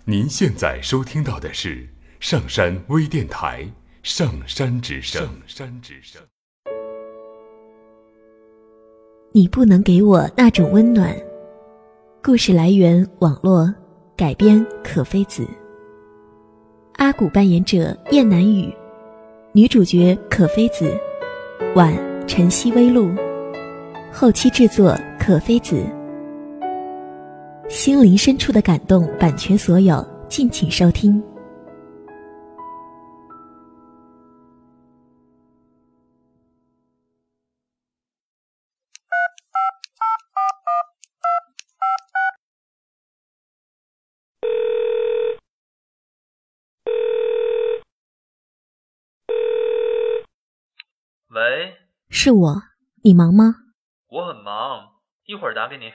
您现在收听到的是上山微电台《上山之声》。 你不能给我那种温暖。故事来源网络，改编可妃子。阿古扮演者燕南雨，女主角可妃子，婉晨曦微露，后期制作可妃子。心灵深处的感动，版权所有，敬请收听。 喂， 是我，你忙吗？ 我很忙，一会儿打给你。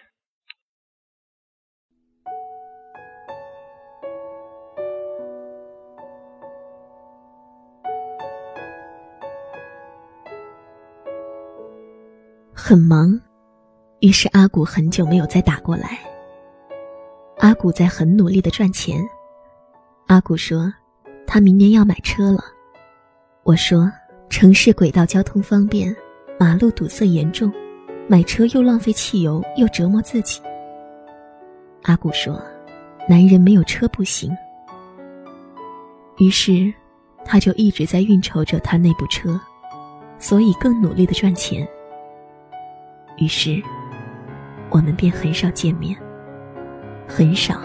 很忙，于是阿古很久没有再打过来。阿古在很努力地赚钱。阿古说他明年要买车了。我说城市轨道交通方便，马路堵塞严重，买车又浪费汽油又折磨自己。阿古说男人没有车不行。于是他就一直在运筹着他那部车，所以更努力地赚钱。于是我们便很少见面，很少。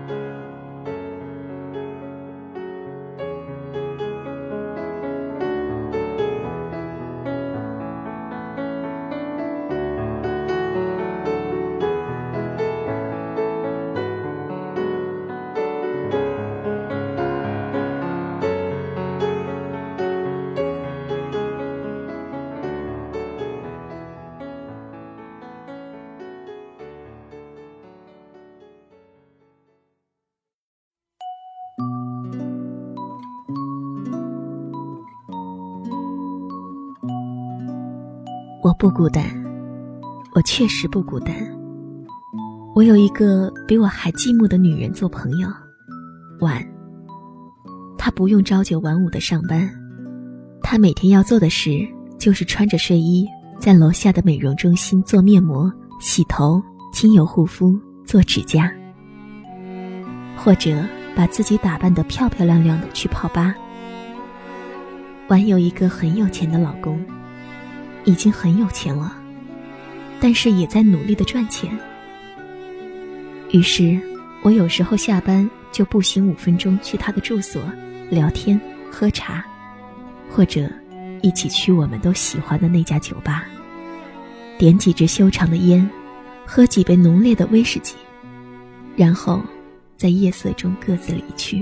我不孤单，我确实不孤单。我有一个比我还寂寞的女人做朋友，婉。她不用朝九晚五的上班，她每天要做的事就是穿着睡衣在楼下的美容中心做面膜、洗头、精油护肤、做指甲，或者把自己打扮得漂漂亮亮的去泡吧。婉有一个很有钱的老公，已经很有钱了，但是也在努力地赚钱。于是我有时候下班就步行5分钟去他的住所聊天喝茶，或者一起去我们都喜欢的那家酒吧，点几支修长的烟，喝几杯浓烈的威士忌，然后在夜色中各自离去。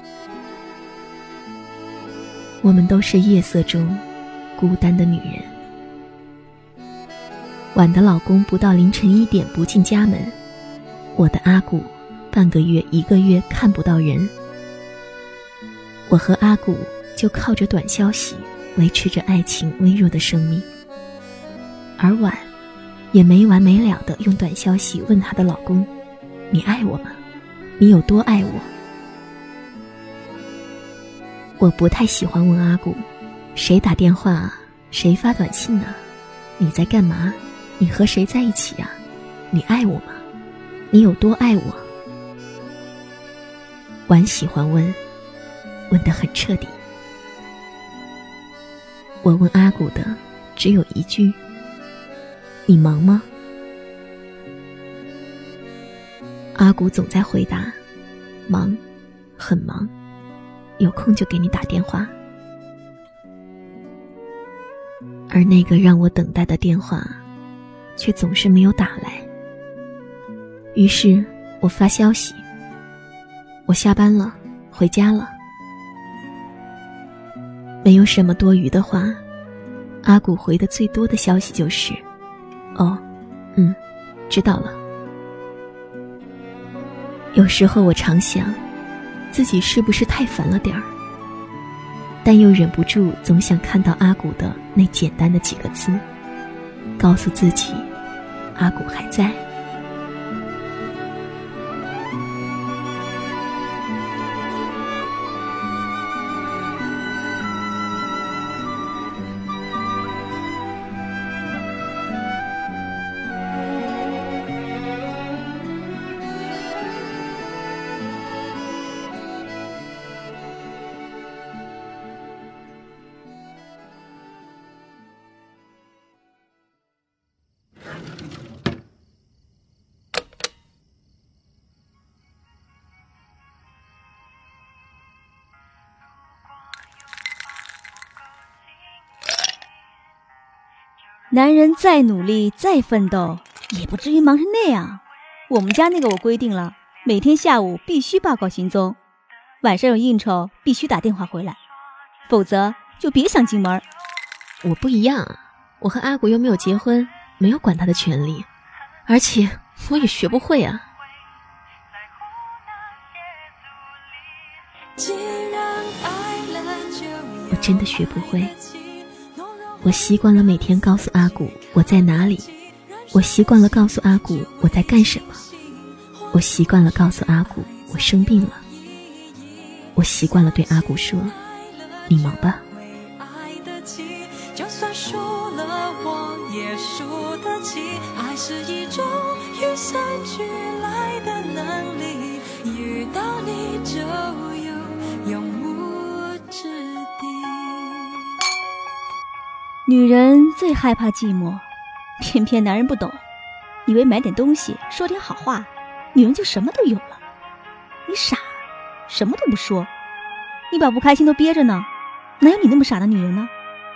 我们都是夜色中孤单的女人。婉的老公不到凌晨1点不进家门，我的阿古半个月1个月看不到人。我和阿古就靠着短消息维持着爱情微弱的生命，而婉也没完没了地用短消息问她的老公：你爱我吗？你有多爱我？我不太喜欢问阿古，谁打电话，谁发短信呢？你在干嘛？你和谁在一起啊？你爱我吗？你有多爱我？婉喜欢问，问得很彻底。我问阿古的只有一句：你忙吗？阿古总在回答：忙，很忙，有空就给你打电话。而那个让我等待的电话却总是没有打来。于是我发消息：我下班了，回家了。没有什么多余的话，阿古回的最多的消息就是：哦，知道了。有时候我常想，自己是不是太烦了点儿，但又忍不住总想看到阿古的那简单的几个字，告诉自己阿古还在。 男人再努力再奋斗，也不至于忙成那样。我们家那个我规定了，每天下午必须报告行踪，晚上有应酬必须打电话回来，否则就别想进门。 我不一样，我和阿古又没有结婚，没有管他的权利，而且我也学不会啊。我真的学不会。我习惯了每天告诉阿古我在哪里，我习惯了告诉阿古我在干什么，我习惯了告诉阿古我生病了，我习惯了对阿古说你忙吧。 就算输了我也输得起，爱是一种与生俱来的能力，遇到你就有永无止境。 女人最害怕寂寞，偏偏男人不懂，以为买点东西说点好话，女人就什么都有了。你傻，什么都不说，你把不开心都憋着呢，哪有你那么傻的女人呢？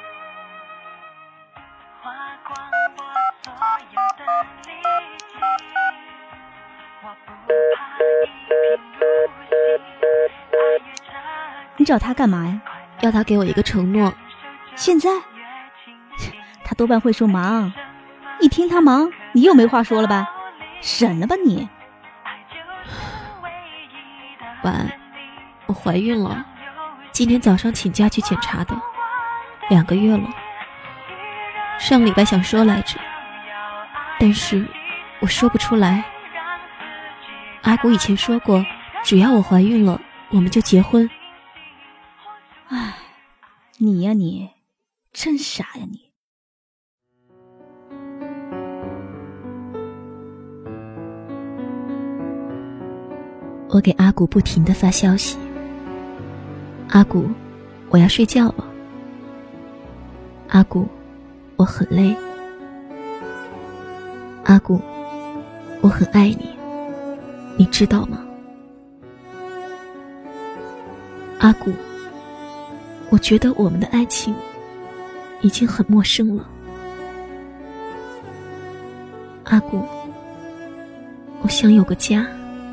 你找他干嘛呀？ 要他给我一个承诺。 现在？他多半会说忙，一听他忙，你又没话说了吧？省了吧你。 晚，我怀孕了，今天早上请假去检查的，2个月了。上礼拜想说来着，但是我说不出来。阿古以前说过，只要我怀孕了，我们就结婚。 唉，你呀你，真傻呀你。 我给阿古不停地发消息，阿古，我要睡觉了。阿古，我很累。阿古，我很爱你，你知道吗？阿古，我觉得我们的爱情已经很陌生了。阿古，我想有个家。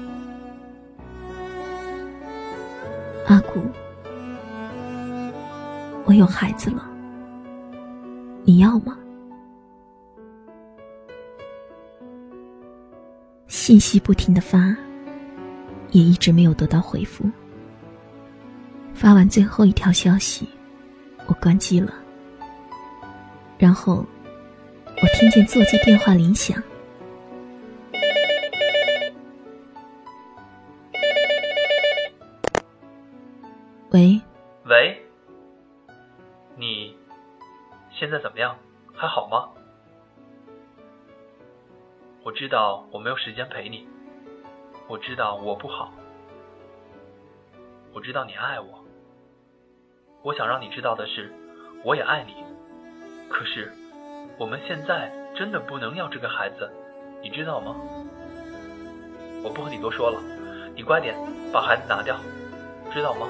阿古，我有孩子了，你要吗？信息不停地发，也一直没有得到回复。发完最后一条消息，我关机了。然后我听见座机电话铃响。喂， 你现在怎么样？还好吗？我知道我没有时间陪你，我知道我不好，我知道你爱我。我想让你知道的是，我也爱你。可是，我们现在真的不能要这个孩子，你知道吗？我不和你多说了，你乖点，把孩子拿掉，知道吗？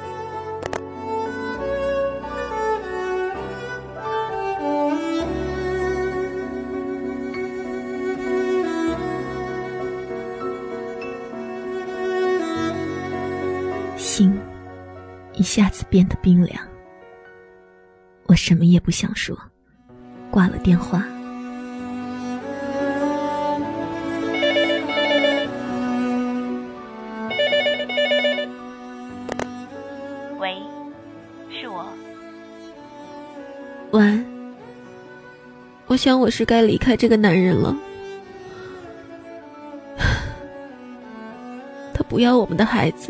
心一下子变得冰凉，我什么也不想说，挂了电话。 喂，是我。 晚，我想我是该离开这个男人了。他不要我们的孩子。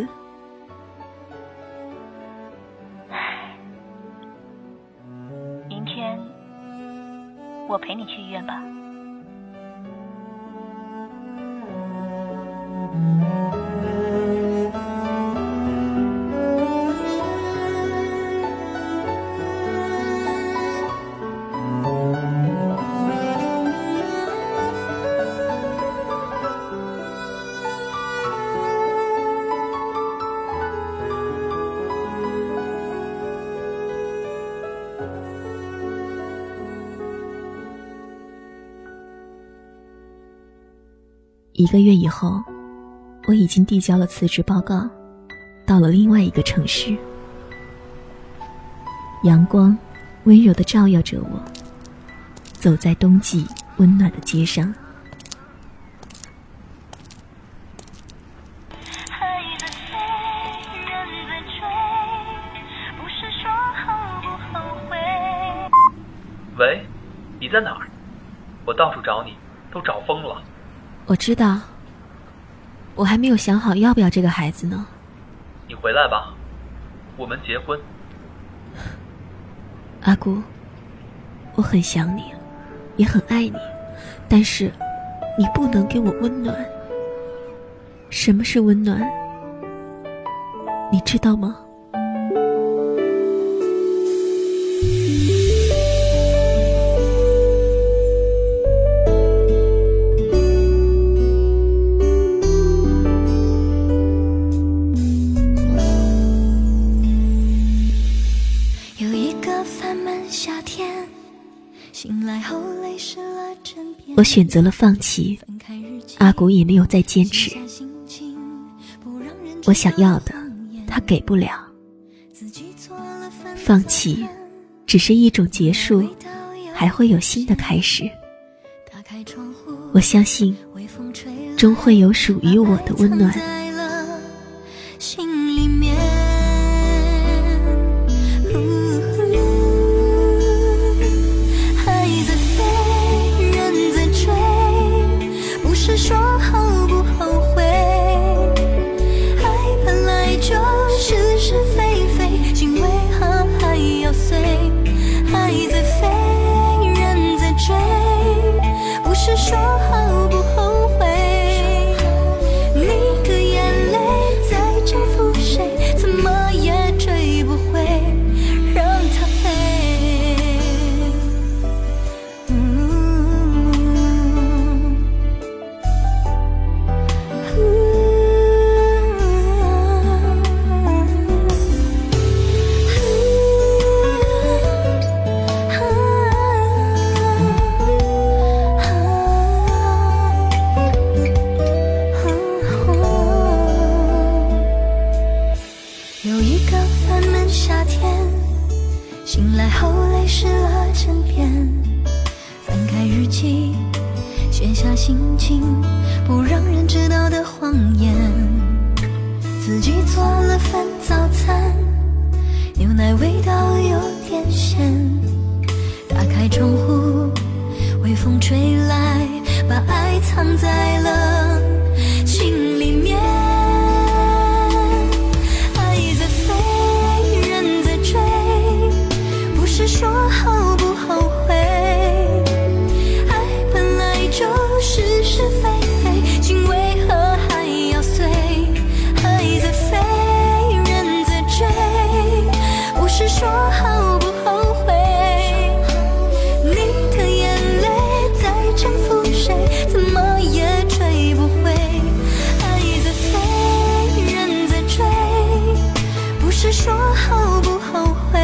明天我陪你去医院吧。 1个月以后，我已经递交了辞职报告，到了另外一个城市。阳光温柔地照耀着我，走在冬季温暖的街上。 喂，你在哪儿？我到处找你，都找疯了。 我知道，我还没有想好要不要这个孩子呢。 你回来吧，我们结婚。 阿姑，我很想你，也很爱你，但是你不能给我温暖。什么是温暖？你知道吗？我选择了放弃，阿古也没有再坚持。我想要的，他给不了。放弃只是一种结束，还会有新的开始。我相信，终会有属于我的温暖。 心里面说后不后悔，爱本来就是是非非，心为何还要碎？爱在飞，人在追，不是说后不后悔。你的眼泪在征服谁，怎么也追不回，让它飞。有一个烦闷夏天，醒来后泪湿了枕边，翻开日记，写下心情不让人知道的谎言，自己做了份早餐，牛奶味道有点咸，打开窗户，微风吹来，把爱藏在了心里面。说后不后悔，爱本来就是是非非，心为何还要碎？爱在飞，人在追，不是说后不后悔。你的眼泪在征服谁，怎么也追不回。爱在飞，人在追，不是说后不后悔。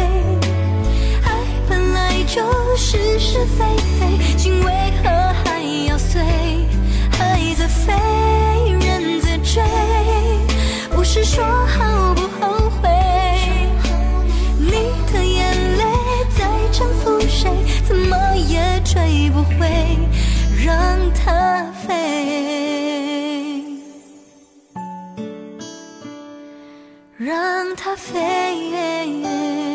就是是非非，心为何还要碎？爱在飞，人在追，不是说后不后悔。你的眼泪在征服谁，怎么也追不回，让它飞，让它飞。